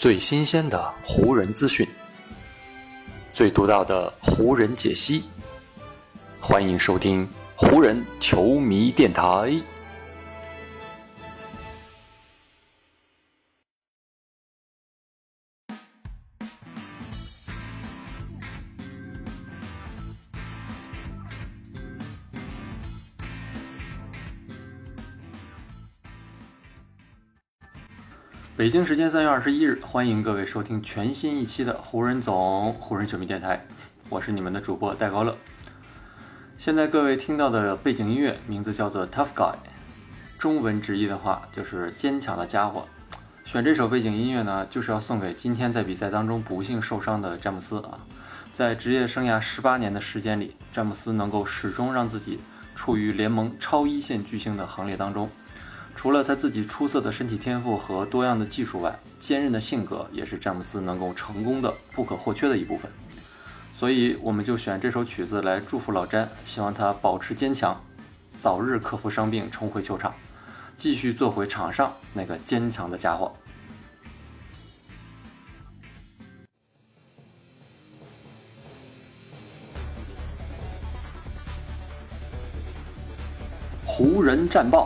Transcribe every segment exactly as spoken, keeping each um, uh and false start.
最新鲜的湖人资讯，最独到的湖人解析，欢迎收听湖人球迷电台。北京时间三月二十一日，欢迎各位收听全新一期的湖人总湖人球迷电台，我是你们的主播戴高乐。现在各位听到的背景音乐名字叫做 Tough Guy， 中文直译的话就是坚强的家伙。选这首背景音乐呢，就是要送给今天在比赛当中不幸受伤的詹姆斯啊。在职业生涯十八年的时间里，詹姆斯能够始终让自己处于联盟超一线巨星的行列当中。除了他自己出色的身体天赋和多样的技术外，坚韧的性格也是詹姆斯能够成功的不可或缺的一部分。所以我们就选这首曲子来祝福老詹，希望他保持坚强，早日克服伤病，重回球场，继续做回场上那个坚强的家伙。湖人战报。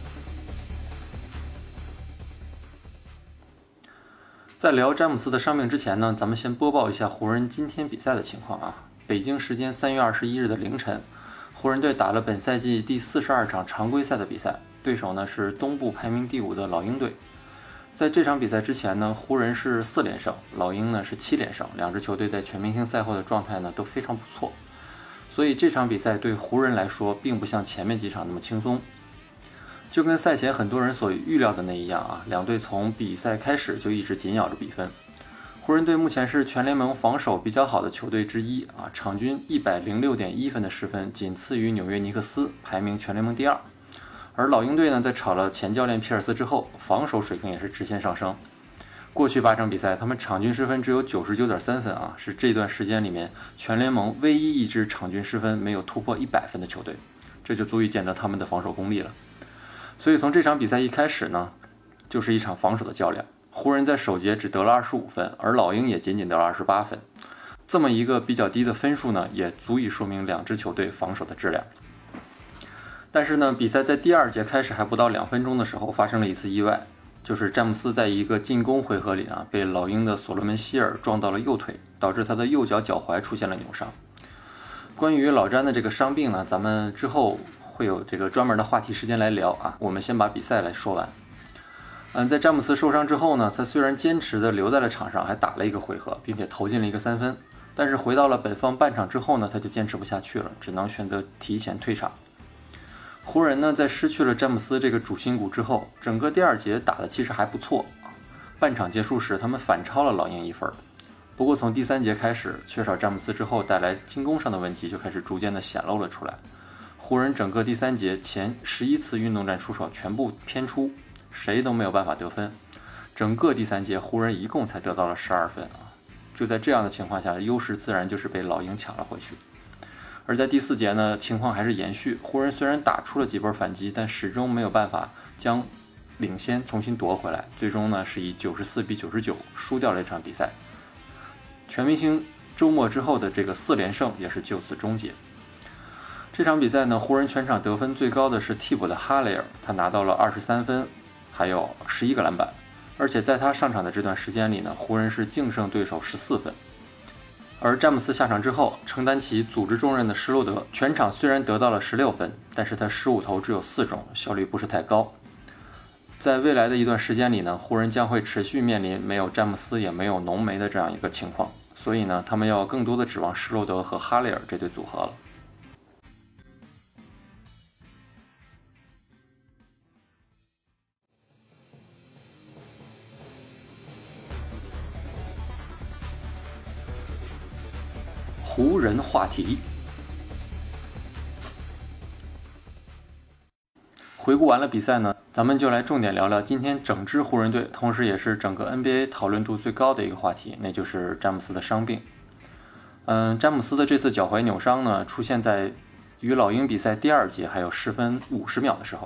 在聊詹姆斯的伤病之前呢，咱们先播报一下湖人今天比赛的情况啊。北京时间三月二十一日的凌晨，湖人队打了本赛季第四十二场常规赛的比赛，对手呢是东部排名第五的老鹰队。在这场比赛之前呢，湖人是四连胜，老鹰呢是七连胜，两支球队在全明星赛后的状态呢都非常不错，所以这场比赛对湖人来说并不像前面几场那么轻松。就跟赛前很多人所预料的那一样啊，两队从比赛开始就一直紧咬着比分。湖人队目前是全联盟防守比较好的球队之一啊，场均一百零六点一分的失分，仅次于纽约尼克斯，排名全联盟第二。而老鹰队呢，在炒了前教练皮尔斯之后，防守水平也是直线上升。过去八场比赛，他们场均失分只有 九十九点三分啊，是这段时间里面全联盟唯一一支场均失分没有突破一百分的球队，这就足以见得他们的防守功力了。所以从这场比赛一开始呢，就是一场防守的较量。湖人在首节只得了二十五分，而老鹰也仅仅得了二十八分。这么一个比较低的分数呢，也足以说明两支球队防守的质量。但是呢，比赛在第二节开始还不到两分钟的时候，发生了一次意外，就是詹姆斯在一个进攻回合里啊，被老鹰的所罗门希尔撞到了右腿，导致他的右脚脚踝出现了扭伤。关于老詹的这个伤病呢，咱们之后会有这个专门的话题时间来聊啊，我们先把比赛来说完。嗯，在詹姆斯受伤之后呢，他虽然坚持的留在了场上，还打了一个回合，并且投进了一个三分，但是回到了本方半场之后呢，他就坚持不下去了，只能选择提前退场。湖人呢，在失去了詹姆斯这个主心骨之后，整个第二节打的其实还不错啊。半场结束时，他们反超了老鹰一分。不过从第三节开始，缺少詹姆斯之后带来进攻上的问题就开始逐渐的显露了出来。湖人整个第三节前十一次运动战出手全部偏出，谁都没有办法得分。整个第三节湖人一共才得到了十二分啊！就在这样的情况下，优势自然就是被老鹰抢了回去。而在第四节呢，情况还是延续，湖人虽然打出了几波反击，但始终没有办法将领先重新夺回来，最终呢是以九十四比九十九输掉了这场比赛。全明星周末之后的这个四连胜也是就此终结。这场比赛呢，湖人全场得分最高的是替补的哈雷尔，他拿到了二十三分，还有十一个篮板，而且在他上场的这段时间里呢，湖人是净胜对手十四分。而詹姆斯下场之后，承担起组织重任的施罗德，全场虽然得到了十六分，但是他十五投只有四中，效率不是太高。在未来的一段时间里呢，湖人将会持续面临没有詹姆斯也没有浓眉的这样一个情况，所以呢，他们要更多的指望施罗德和哈雷尔这对组合了。湖人话题。回顾完了比赛呢，咱们就来重点聊聊今天整支湖人队，同时也是整个 N B A 讨论度最高的一个话题，那就是詹姆斯的伤病。嗯，詹姆斯的这次脚踝扭伤呢，出现在与老鹰比赛第二节还有十分五十秒的时候啊。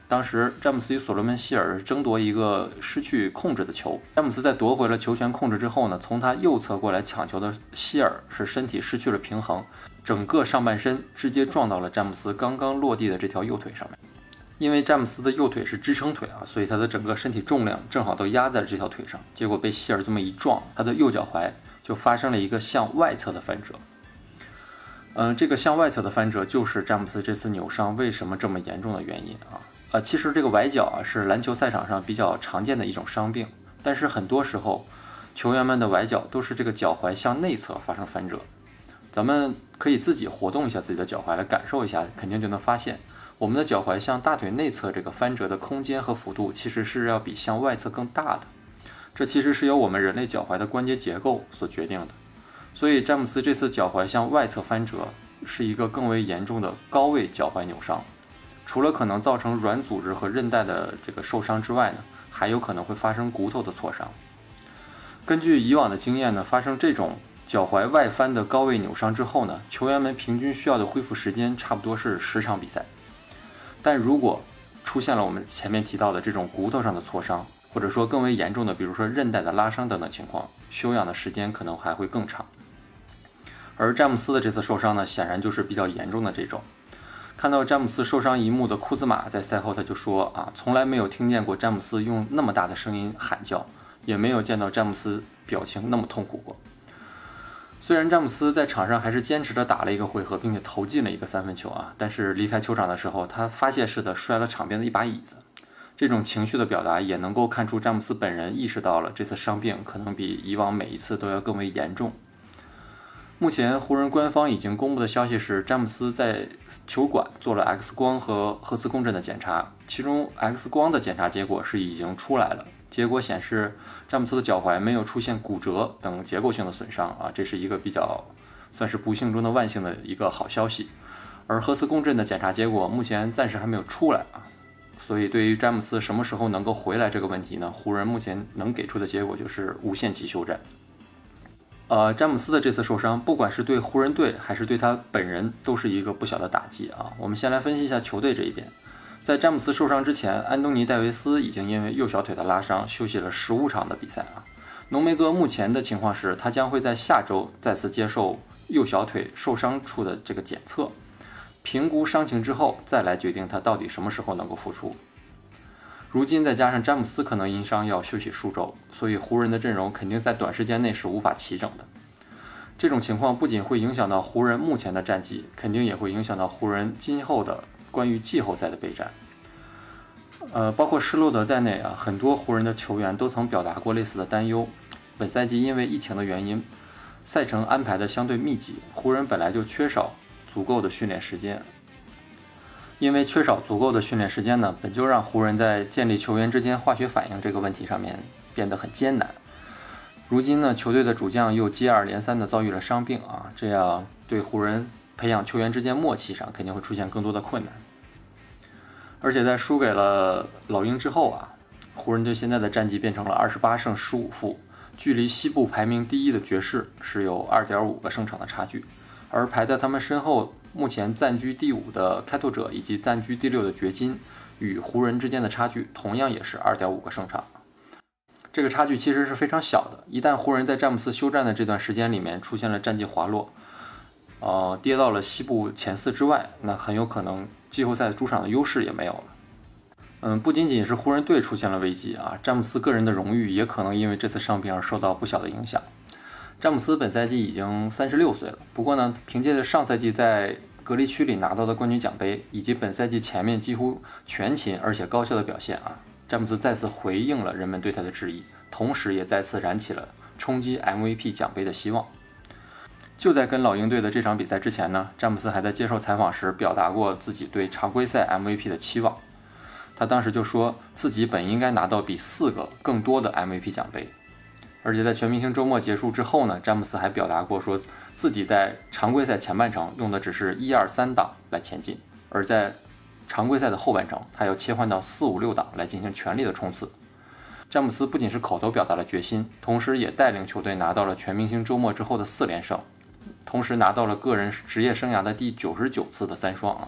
当时詹姆斯与所罗门希尔争夺一个失去控制的球，詹姆斯在夺回了球权控制之后呢，从他右侧过来抢球的希尔是身体失去了平衡，整个上半身直接撞到了詹姆斯刚刚落地的这条右腿上面。因为詹姆斯的右腿是支撑腿啊，所以他的整个身体重量正好都压在了这条腿上，结果被希尔这么一撞，他的右脚踝就发生了一个向外侧的翻折。嗯，这个向外侧的翻折就是詹姆斯这次扭伤为什么这么严重的原因啊。呃，其实这个崴脚啊是篮球赛场上比较常见的一种伤病，但是很多时候球员们的崴脚都是这个脚踝向内侧发生翻折。咱们可以自己活动一下自己的脚踝来感受一下，肯定就能发现我们的脚踝向大腿内侧这个翻折的空间和幅度其实是要比向外侧更大的，这其实是由我们人类脚踝的关节结构所决定的。所以詹姆斯这次脚踝向外侧翻折是一个更为严重的高位脚踝扭伤，除了可能造成软组织和韧带的这个受伤之外呢，还有可能会发生骨头的挫伤。根据以往的经验呢，发生这种脚踝外翻的高位扭伤之后呢，球员们平均需要的恢复时间差不多是十场比赛。但如果出现了我们前面提到的这种骨头上的挫伤，或者说更为严重的，比如说韧带的拉伤等等情况，休养的时间可能还会更长。而詹姆斯的这次受伤呢，显然就是比较严重的这种。看到詹姆斯受伤一幕的库兹马在赛后他就说啊，从来没有听见过詹姆斯用那么大的声音喊叫，也没有见到詹姆斯表情那么痛苦过。虽然詹姆斯在场上还是坚持着打了一个回合，并且投进了一个三分球啊，但是离开球场的时候，他发泄似的摔了场边的一把椅子。这种情绪的表达也能够看出詹姆斯本人意识到了这次伤病可能比以往每一次都要更为严重。目前湖人官方已经公布的消息是，詹姆斯在球馆做了 X 光和核磁共振的检查，其中 X 光的检查结果是已经出来了，结果显示詹姆斯的脚踝没有出现骨折等结构性的损伤啊，这是一个比较算是不幸中的万幸的一个好消息。而核磁共振的检查结果目前暂时还没有出来啊，所以对于詹姆斯什么时候能够回来这个问题呢，湖人目前能给出的结果就是无限期休战。呃，詹姆斯的这次受伤，不管是对湖人队还是对他本人，都是一个不小的打击啊。我们先来分析一下球队这一边。在詹姆斯受伤之前，安东尼·戴维斯已经因为右小腿的拉伤休息了十五场的比赛啊。浓眉哥目前的情况是，他将会在下周再次接受右小腿受伤处的这个检测，评估伤情之后再来决定他到底什么时候能够复出。如今再加上詹姆斯可能因伤要休息数周，所以湖人的阵容肯定在短时间内是无法齐整的。这种情况不仅会影响到湖人目前的战绩，肯定也会影响到湖人今后的关于季后赛的备战。呃，包括施罗德在内啊，很多湖人的球员都曾表达过类似的担忧。本赛季因为疫情的原因，赛程安排的相对密集，湖人本来就缺少足够的训练时间。因为缺少足够的训练时间呢，本就让湖人在建立球员之间化学反应这个问题上面变得很艰难。如今呢，球队的主将又接二连三的遭遇了伤病啊，这样对湖人培养球员之间默契上肯定会出现更多的困难。而且在输给了老鹰之后啊，湖人队现在的战绩变成了二十八胜十五负，距离西部排名第一的爵士是有 二点五 个胜场的差距，而排在他们身后目前暂居第五的开拓者以及暂居第六的掘金与湖人之间的差距同样也是 二点五 个胜场。这个差距其实是非常小的，一旦湖人在詹姆斯休战的这段时间里面出现了战绩滑落，呃，跌到了西部前四之外，那很有可能季后赛主场的优势也没有了。嗯，不仅仅是湖人队出现了危机啊，詹姆斯个人的荣誉也可能因为这次伤病而受到不小的影响。詹姆斯本赛季已经三十六岁了，不过呢，凭借着上赛季在隔离区里拿到的冠军奖杯，以及本赛季前面几乎全勤而且高效的表现啊，詹姆斯再次回应了人们对他的质疑，同时也再次燃起了冲击 M V P 奖杯的希望。就在跟老鹰队的这场比赛之前呢，詹姆斯还在接受采访时表达过自己对常规赛 M V P 的期望。他当时就说自己本应该拿到比四个更多的 M V P 奖杯。而且在全明星周末结束之后呢，詹姆斯还表达过说自己在常规赛前半程用的只是一二三档来前进，而在常规赛的后半程他要切换到四五六档来进行全力的冲刺。詹姆斯不仅是口头表达了决心，同时也带领球队拿到了全明星周末之后的四连胜，同时拿到了个人职业生涯的第九十九次的三双啊。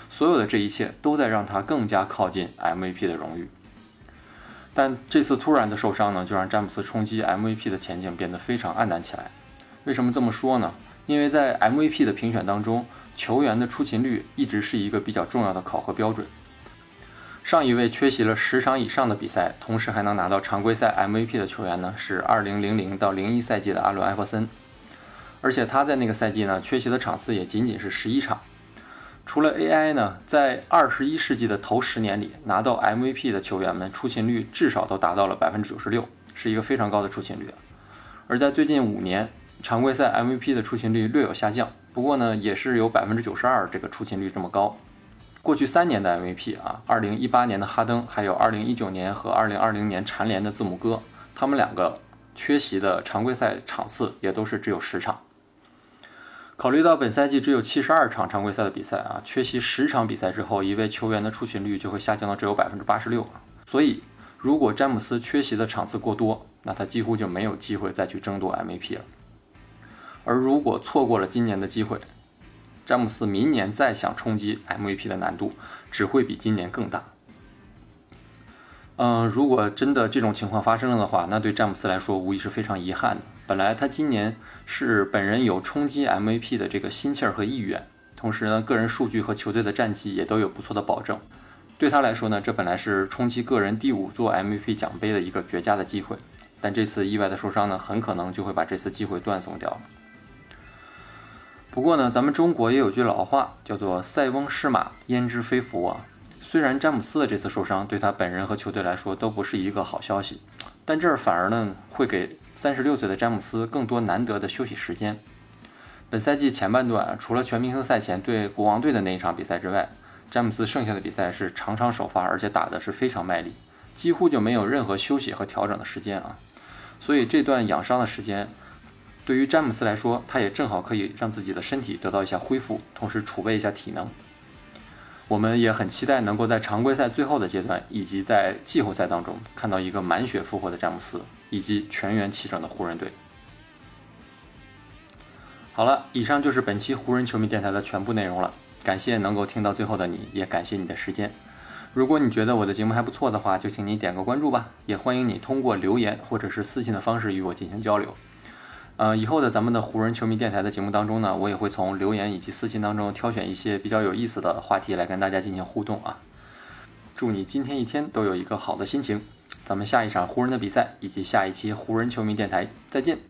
所有的这一切都在让他更加靠近 M V P 的荣誉。但这次突然的受伤呢，就让詹姆斯冲击 M V P 的前景变得非常黯淡起来。为什么这么说呢？因为在 M V P 的评选当中，球员的出勤率一直是一个比较重要的考核标准。上一位缺席了十场以上的比赛，同时还能拿到常规赛 M V P 的球员呢，是二零零零到零一赛季的阿伦·艾弗森，而且他在那个赛季呢，缺席的场次也仅仅是十一场。除了 A I 呢，在二十一世纪的头十年里，拿到 M V P 的球员们出勤率至少都达到了 百分之九十六， 是一个非常高的出勤率。而在最近五年，常规赛 M V P 的出勤率略有下降，不过呢，也是有 百分之九十二 这个出勤率这么高。过去三年的 M V P 啊，二零一八年的哈登，还有二零一九年和二零二零年蝉联的字母哥，他们两个缺席的常规赛场次也都是只有十场。考虑到本赛季只有七十二场常规赛的比赛啊，缺席十场比赛之后，一位球员的出勤率就会下降到只有 百分之八十六。所以，如果詹姆斯缺席的场次过多，那他几乎就没有机会再去争夺 M V P 了。而如果错过了今年的机会，詹姆斯明年再想冲击 M V P 的难度只会比今年更大。嗯，如果真的这种情况发生了的话，那对詹姆斯来说无疑是非常遗憾的。本来他今年是本人有冲击 M V P 的这个心气儿和意愿，同时呢，个人数据和球队的战绩也都有不错的保证。对他来说呢，这本来是冲击个人第五座 M V P 奖杯的一个绝佳的机会，但这次意外的受伤呢，很可能就会把这次机会断送掉了。不过呢，咱们中国也有句老话，叫做塞翁失马，焉知非福啊。虽然詹姆斯的这次受伤对他本人和球队来说都不是一个好消息，但这儿反而呢会给三十六岁的詹姆斯更多难得的休息时间。本赛季前半段，除了全明星赛前对国王队的那一场比赛之外，詹姆斯剩下的比赛是场场首发，而且打的是非常卖力，几乎就没有任何休息和调整的时间啊。所以这段养伤的时间，对于詹姆斯来说，他也正好可以让自己的身体得到一下恢复，同时储备一下体能。我们也很期待能够在常规赛最后的阶段，以及在季后赛当中看到一个满血复活的詹姆斯，以及全员齐整的湖人队。好了，以上就是本期湖人球迷电台的全部内容了。感谢能够听到最后的你，也感谢你的时间。如果你觉得我的节目还不错的话，就请你点个关注吧，也欢迎你通过留言或者是私信的方式与我进行交流。呃，以后的咱们的湖人球迷电台的节目当中呢，我也会从留言以及私信当中挑选一些比较有意思的话题来跟大家进行互动啊。祝你今天一天都有一个好的心情，咱们下一场湖人的比赛以及下一期湖人球迷电台再见。